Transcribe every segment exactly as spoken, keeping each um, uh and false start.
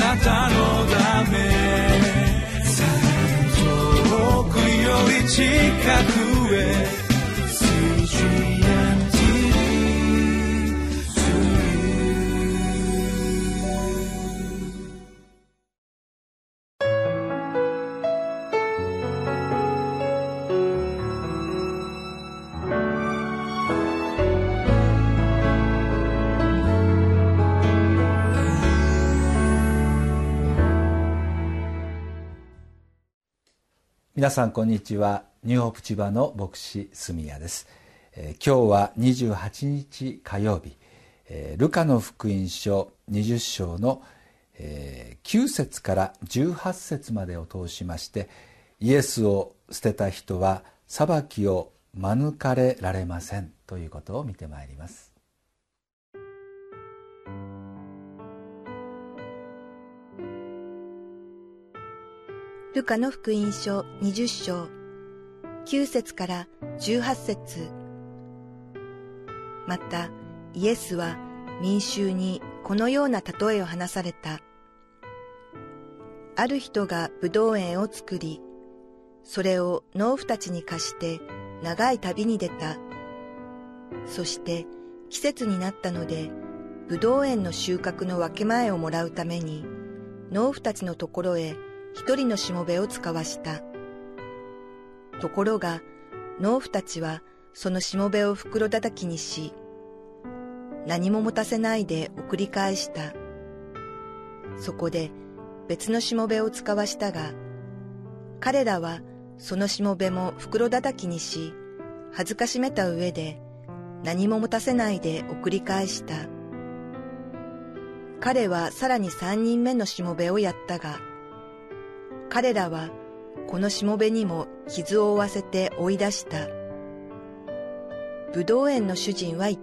なたのため遠くより近くへ皆さんこんにちは。ニューホープ千葉の牧師住谷です。えー、今日はにじゅうはちにち火曜日、えー、ルカの福音書にじゅっしょうの、えー、きゅうせつからじゅうはっせつまでを通しまして、イエスを捨てた人は裁きを免れられませんということを見てまいります。 ルカの福音書にじゅっしょうきゅうせつからじゅうはっせつ。またイエスは民衆にこのような例えを話された。ある人がぶどう園を作り、それを農夫たちに貸して長い旅に出た。そして季節になったので、ぶどう園の収穫の分け前をもらうために農夫たちのところへ一人のしもべを使わした。ところが農夫たちはそのしもべを袋叩きにし、何も持たせないで送り返した。そこで別のしもべを使わしたが、彼らはそのしもべも袋叩きにし、恥ずかしめた上で何も持たせないで送り返した。彼はさらに三人目のしもべをやったが、彼らはこのしもべにも傷を負わせて追い出した。ぶどう園の主人は言った。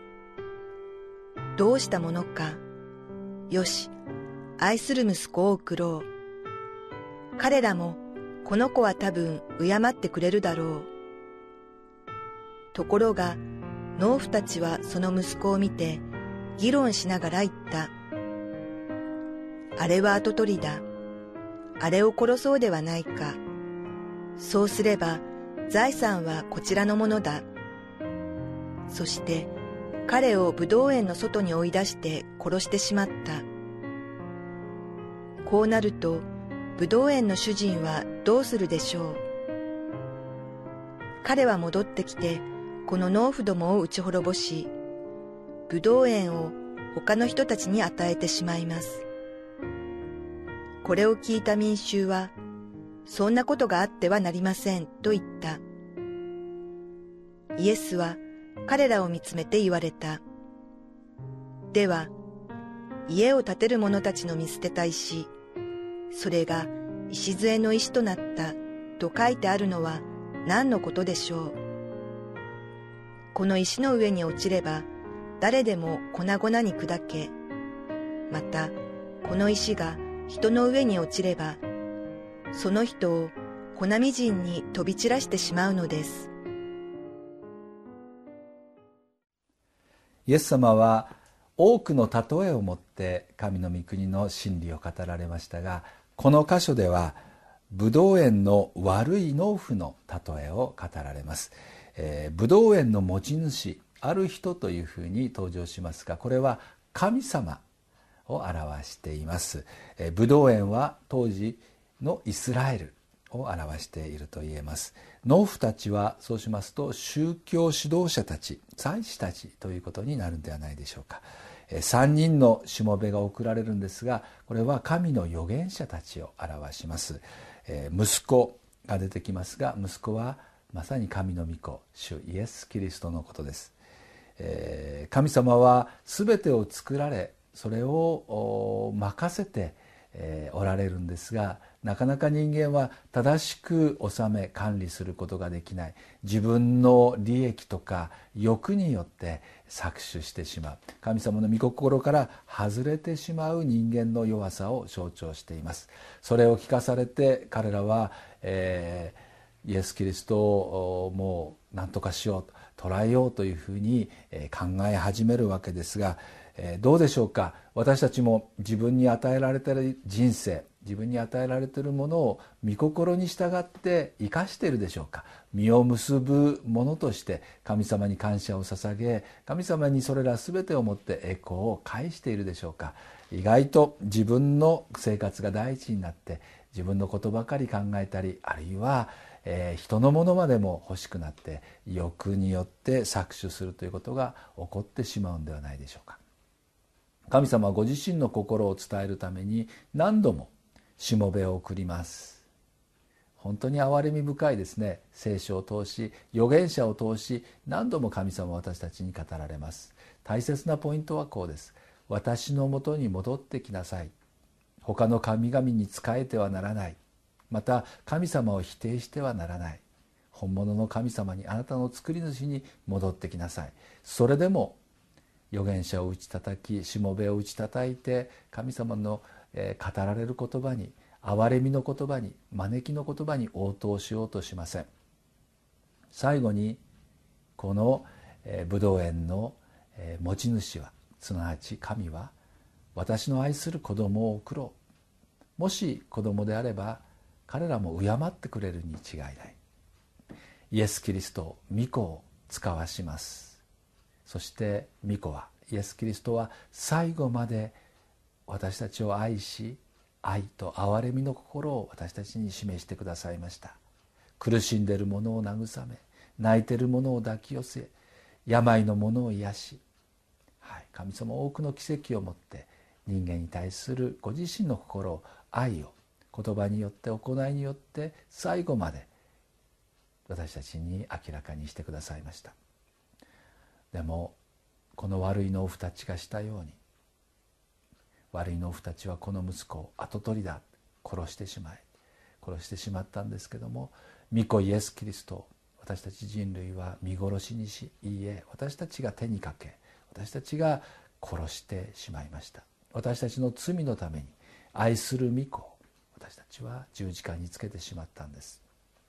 どうしたものか。よし、愛する息子を送ろう。彼らもこの子は多分敬ってくれるだろう。ところが農夫たちはその息子を見て議論しながら言った。あれは跡取りだ。あれを殺そうではないか。そうすれば財産はこちらのものだ。そして彼をぶどう園の外に追い出して殺してしまった。こうなるとぶどう園の主人はどうするでしょう。彼は戻ってきてこの農夫どもを打ち滅ぼし、ぶどう園を他の人たちに与えてしまいます。これを聞いた民衆は、そんなことがあってはなりませんと言った。イエスは彼らを見つめて言われた。では、家を建てる者たちの見捨てた石、それが礎の石となったと書いてあるのは何のことでしょう。この石の上に落ちれば、誰でも粉々に砕け、またこの石が人の上に落ちれば、その人を粉みじんに飛び散らしてしまうのです。 イエス様は多くの例えをもって神の御国の真理を語られましたが、この箇所ではぶどう園の悪い農夫の例えを語られます。えー、ぶどう園の持ち主、ある人というふうに登場しますが、これは神様を表しています。えー、ぶどう園は当時のイスラエルを表していると言えます。農夫たちはそうしますと宗教指導者たち、祭司たちということになるんではないでしょうか。さんにんのしもべが送られるんですが、これは神の預言者たちを表します。息子が出てきますが、息子はまさに神の御子、主イエス・キリストのことです。神様は全てを作られ、それを任せておられるんですが、なかなか人間は正しく治め管理することができない。自分の利益とか欲によって搾取してしまう、神様の御心から外れてしまう人間の弱さを象徴しています。それを聞かされて彼らは、えー、イエス・キリストをもう何とかしようと捉えようというふうに考え始めるわけですが、 えー、どうでしょうか。私たちも自分に与えられている人生、自分に与えられているものを御心に従って生かしているでしょうか。実を結ぶものとして神様に感謝を捧げ、神様にそれら全てをもって栄光を返しているでしょうか。意外と自分の生活が第一になって自分のことばかり考えたり、あるいは、えー、人のものまでも欲しくなって欲によって搾取するということが起こってしまうんではないでしょうか。神様はご自身の心を伝えるために何度もしもべを送ります。本当に憐れみ深いですね。聖書を通し、預言者を通し、何度も神様は私たちに語られます。大切なポイントはこうです。私のもとに戻ってきなさい。他の神々に仕えてはならない。また神様を否定してはならない。本物の神様に、あなたの作り主に戻ってきなさい。それでも預言者を打ち叩き、しもべを打ち叩いて、神様の語られる言葉に、憐れみの言葉に、招きの言葉に応答しようとしません。最後にこのブドウ園の持ち主は、すなわち神は、私の愛する子供を送ろう。もし子供であれば彼らも敬ってくれるに違いない。イエス・キリスト、御子を使わします。そして御子は、イエス・キリストは最後まで私たちを愛し、愛と憐れみの心を私たちに示してくださいました。苦しんでいる者を慰め、泣いている者を抱き寄せ、病の者を癒し、はい、神様多くの奇跡をもって人間に対するご自身の心を、愛を言葉によって行いによって最後まで私たちに明らかにしてくださいました。でもこの悪い農夫たちがしたように、悪い農夫たちはこの息子を跡取りだ、殺してしまい殺してしまったんですけども、御子イエス・キリストを私たち人類は見殺しにし、いいえ、私たちが手にかけ、私たちが殺してしまいました。私たちの罪のために愛する御子を私たちは十字架につけてしまったんです。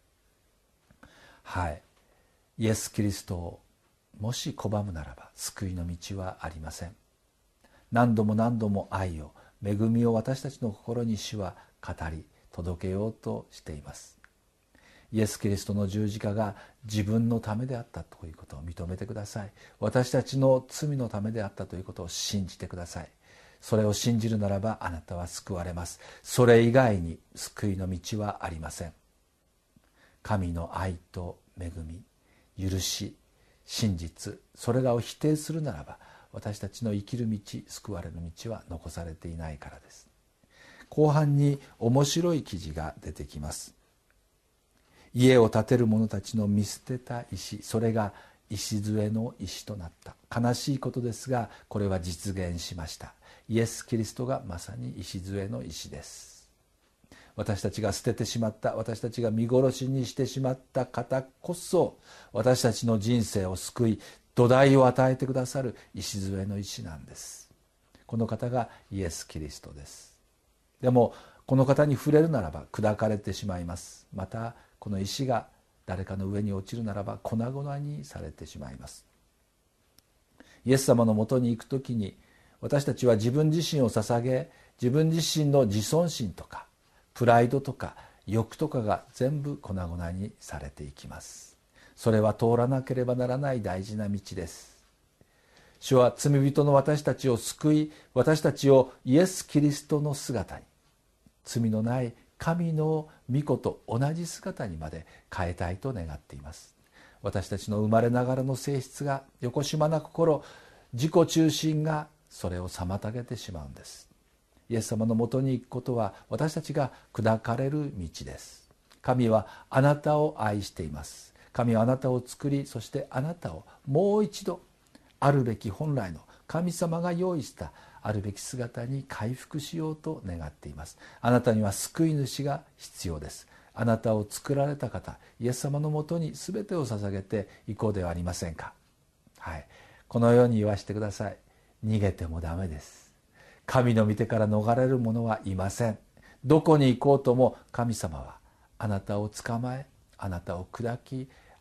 はい、イエス・キリストをもし拒むならば救いの道はありません。何度も何度も愛を、恵みを私たちの心に主は語り届けようとしています。イエス・キリストの十字架が自分のためであったということを認めてください。私たちの罪のためであったということを信じてください。それを信じるならばあなたは救われます。それ以外に救いの道はありません。神の愛と恵み、許し、真実、それらを否定するならば私たちの生きる道、救われる道は残されていないからです。後半に面白い記事が出てきます。家を建てる者たちの見捨てた石、それが礎の石となった。悲しいことですがこれは実現しました。イエス・キリストがまさに礎の石です。私たちが捨ててしまった、私たちが見殺しにしてしまった方こそ、私たちの人生を救い土台を与えてくださる礎の石なんです。この方がイエス・キリストです。でもこの方に触れるならば砕かれてしまいます。またこの石が誰かの上に落ちるならば粉々にされてしまいます。イエス様のもとに行くときに私たちは自分自身を捧げ、自分自身の自尊心とかプライドとか欲とかが全部粉々にされていきます。それは通らなければならない大事な道です。主は罪人の私たちを救い、私たちをイエス・キリストの姿に、罪のない神の御子と同じ姿にまで変えたいと願っています。私たちの生まれながらの性質が、よこしまな心、自己中心がそれを妨げてしまうんです。イエス様のもとに行くことは私たちが砕かれる道です。神はあなたを愛しています。神はあなたを作り、そしてあなたをもう一度あるべき本来の神様が用意したあるべき姿に回復しようと願っています。あなたには救い主が必要です。あなたを作られた方、イエス様のもとに全てを捧げていこうではありませんか。はい、このように言わせてください。逃げてもダメです。神の御手から逃れる者はいません。どこに行こうとも神様はあなたを捕まえ、あなたを砕き、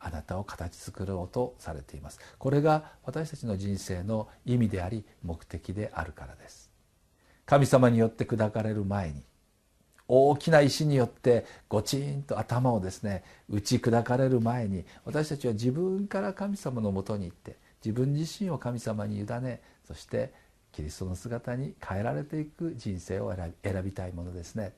あなたを形作ろうとされています。これが私たちの人生の意味であり目的であるからです。神様によって砕かれる前に、大きな石によってゴチンと頭をですね打ち砕かれる前に、私たちは自分から神様のもとに行って自分自身を神様に委ね、そしてキリストの姿に変えられていく人生を選び、選びたいものですね。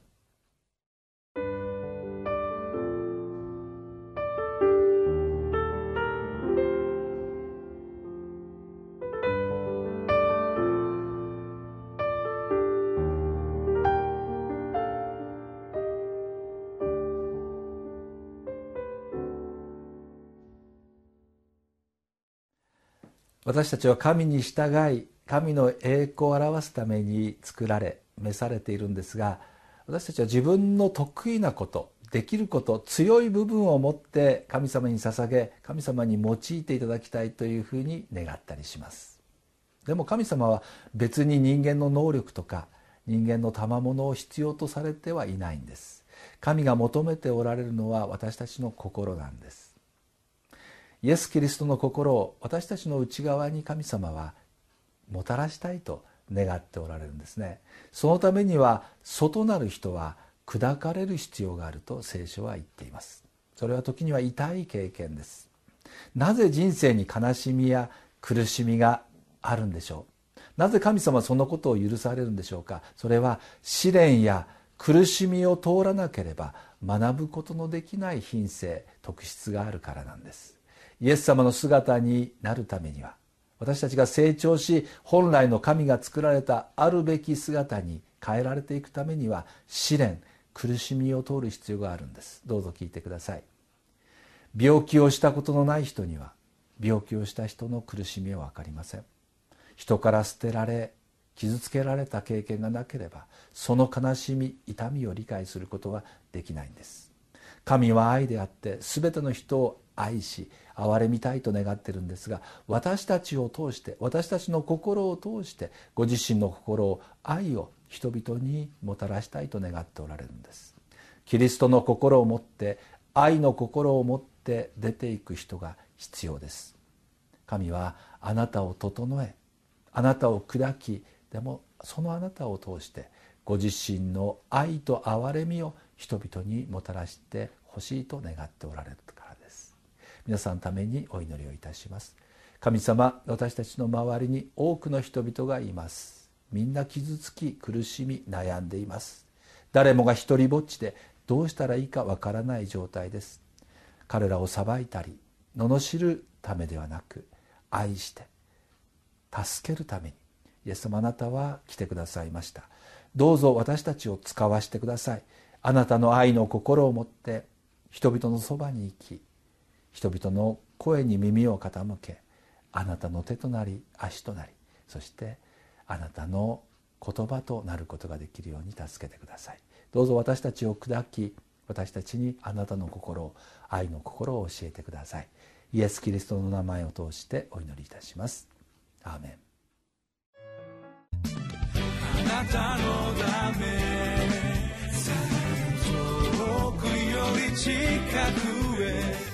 私たちは神に従い、神の栄光を表すために作られ召されているんですが、私たちは自分の得意なこと、できること、強い部分を持って神様に捧げ、神様に用いていただきたいというふうに願ったりします。でも神様は別に人間の能力とか人間の賜物を必要とされてはいないんです。神が求めておられるのは私たちの心なんです。イエス・キリストの心を私たちの内側に神様はもたらしたいと願っておられるんですね。そのためには外なる人は砕かれる必要があると聖書は言っています。それは時には痛い経験です。なぜ人生に悲しみや苦しみがあるんでしょう。なぜ神様はそのことを許されるんでしょうか。それは試練や苦しみを通らなければ学ぶことのできない品性、特質があるからなんです。イエス様の姿になるためには、私たちが成長し本来の神が作られたあるべき姿に変えられていくためには、試練、苦しみを通る必要があるんです。どうぞ聞いてください。病気をしたことのない人には病気をした人の苦しみは分かりません。人から捨てられ傷つけられた経験がなければ、その悲しみ、痛みを理解することはできないんです。神は愛であって、すべての人を愛し憐れみたいと願っているんですが、私たちを通して、私たちの心を通して、ご自身の心を、愛を人々にもたらしたいと願っておられるんです。キリストの心を持って、愛の心を持って出ていく人が必要です。神はあなたを整え、あなたを砕き、でもそのあなたを通してご自身の愛と憐れみを人々にもたらしてほしいと願っておられるからです。皆さんのためにお祈りをいたします。神様、私たちの周りに多くの人々がいます。みんな傷つき苦しみ悩んでいます。誰もが一人ぼっちでどうしたらいいかわからない状態です。彼らを裁いたり罵るためではなく、愛して助けるためにイエス様、あなたは来てくださいました。どうぞ私たちを使わしてください。あなたの愛の心を持って人々のそばに行き、人々の声に耳を傾け、あなたの手となり足となり、そしてあなたの言葉となることができるように助けてください。どうぞ私たちを砕き、私たちにあなたの心を、愛の心を教えてください。イエス・キリストの名前を通してお祈りいたします。アーメン。 あなたのため遠くより近くへ